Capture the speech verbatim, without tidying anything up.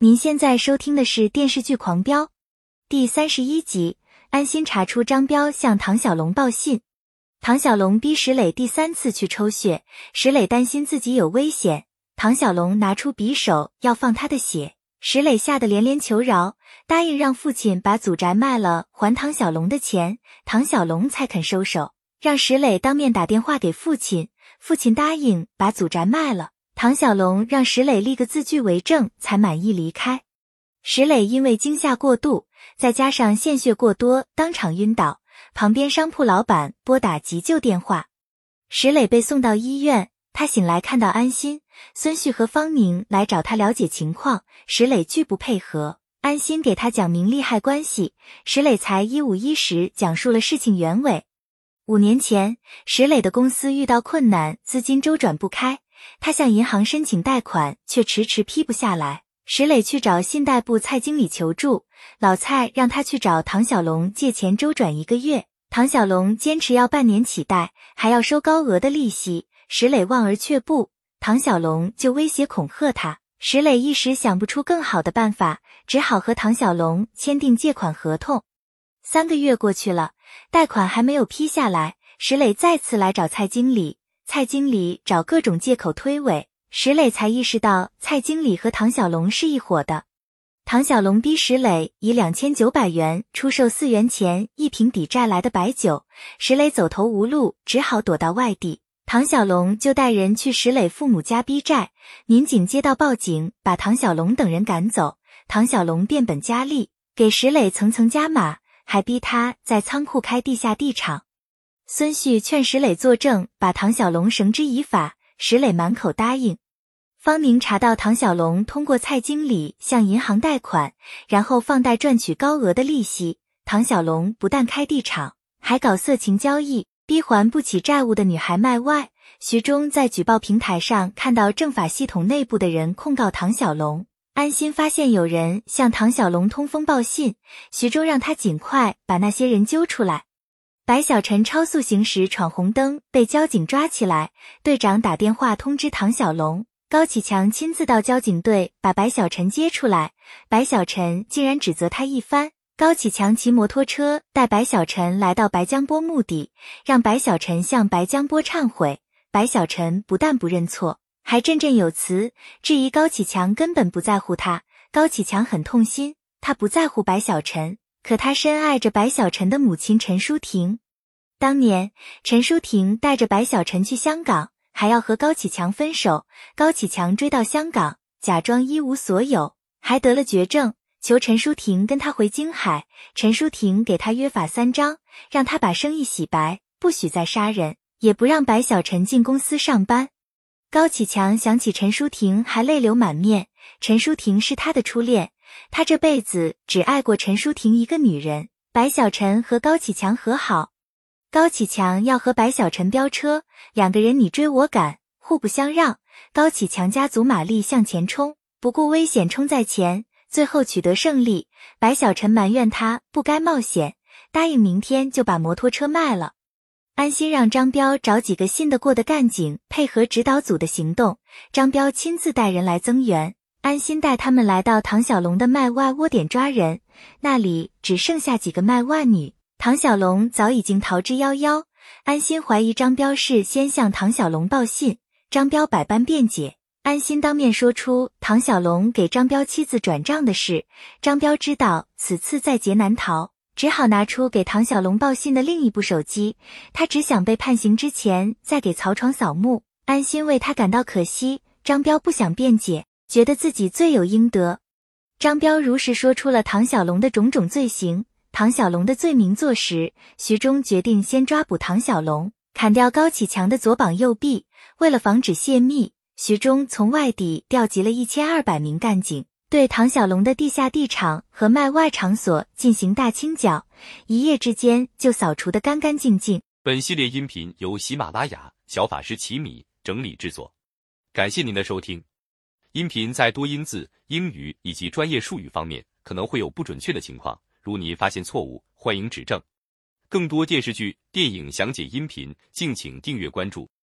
您现在收听的是电视剧《狂飙》第三十一集，安心查出张彪向唐小龙报信。唐小龙逼石磊第三次去抽血，石磊担心自己有危险，唐小龙拿出匕首要放他的血，石磊吓得连连求饶，答应让父亲把祖宅卖了还唐小龙的钱，唐小龙才肯收手，让石磊当面打电话给父亲，父亲答应把祖宅卖了。唐小龙让石磊立个字据为证，才满意离开。石磊因为惊吓过度，再加上献血过多，当场晕倒。旁边商铺老板拨打急救电话，石磊被送到医院。他醒来看到安心、孙旭和方宁来找他了解情况，石磊拒不配合。安心给他讲明利害关系，石磊才一五一十讲述了事情原委。五年前，石磊的公司遇到困难，资金周转不开。他向银行申请贷款，却迟迟批不下来。石磊去找信贷部蔡经理求助，老蔡让他去找唐小龙借钱周转一个月。唐小龙坚持要半年起贷，还要收高额的利息。石磊望而却步，唐小龙就威胁恐吓他。石磊一时想不出更好的办法，只好和唐小龙签订借款合同。三个月过去了，贷款还没有批下来，石磊再次来找蔡经理。蔡经理找各种借口推诿，石磊才意识到蔡经理和唐小龙是一伙的。唐小龙逼石磊以两千九百元出售四元钱一瓶抵债来的白酒，石磊走投无路，只好躲到外地。唐小龙就带人去石磊父母家逼债，民警接到报警，把唐小龙等人赶走。唐小龙变本加厉，给石磊层层加码，还逼他在仓库开地下地场。孙旭劝石磊作证，把唐小龙绳之以法，石磊满口答应。方宁查到唐小龙通过蔡经理向银行贷款，然后放贷赚取高额的利息。唐小龙不但开地场，还搞色情交易，逼还不起债务的女孩卖外。徐忠在举报平台上看到政法系统内部的人控告唐小龙，安心发现有人向唐小龙通风报信，徐忠让他尽快把那些人揪出来。白小晨超速行驶闯红灯被交警抓起来，队长打电话通知唐小龙，高启强亲自到交警队把白小晨接出来，白小晨竟然指责他一番。高启强骑摩托车带白小晨来到白江波墓地，让白小晨向白江波忏悔。白小晨不但不认错，还振振有词，质疑高启强根本不在乎他。高启强很痛心，他不在乎白小晨，可他深爱着白小晨的母亲陈淑婷。当年陈淑婷带着白小晨去香港，还要和高启强分手，高启强追到香港，假装一无所有，还得了绝症，求陈淑婷跟他回京海。陈淑婷给他约法三章，让他把生意洗白，不许再杀人，也不让白小晨进公司上班。高启强想起陈淑婷还泪流满面，陈淑婷是他的初恋，他这辈子只爱过陈淑婷一个女人。白小晨和高启强和好，高启强要和白小晨飙车，两个人你追我赶，互不相让。高启强加足马力向前冲，不顾危险冲在前，最后取得胜利。白小晨埋怨他不该冒险，答应明天就把摩托车卖了。安心让张彪找几个信得过的干警配合指导组的行动，张彪亲自带人来增援。安心带他们来到唐小龙的卖外窝点抓人，那里只剩下几个卖外女，唐小龙早已经逃之夭夭。安心怀疑张彪是先向唐小龙报信，张彪百般辩解，安心当面说出唐小龙给张彪妻子转账的事。张彪知道此次在劫难逃，只好拿出给唐小龙报信的另一部手机，他只想被判刑之前再给曹床扫墓。安心为他感到可惜，张彪不想辩解，觉得自己罪有应得。张彪如实说出了唐小龙的种种罪行，唐小龙的罪名坐实。徐忠决定先抓捕唐小龙，砍掉高启强的左膀右臂。为了防止泄密，徐忠从外地调集了一千二百名干警，对唐小龙的地下地场和卖外场所进行大清剿，一夜之间就扫除得干干净净。 本系列音频由喜马拉雅小法师奇米整理制作，感谢您的收听。音频在多音字、英语以及专业术语方面可能会有不准确的情况，如您发现错误，欢迎指正。更多电视剧、电影详解音频，敬请订阅关注。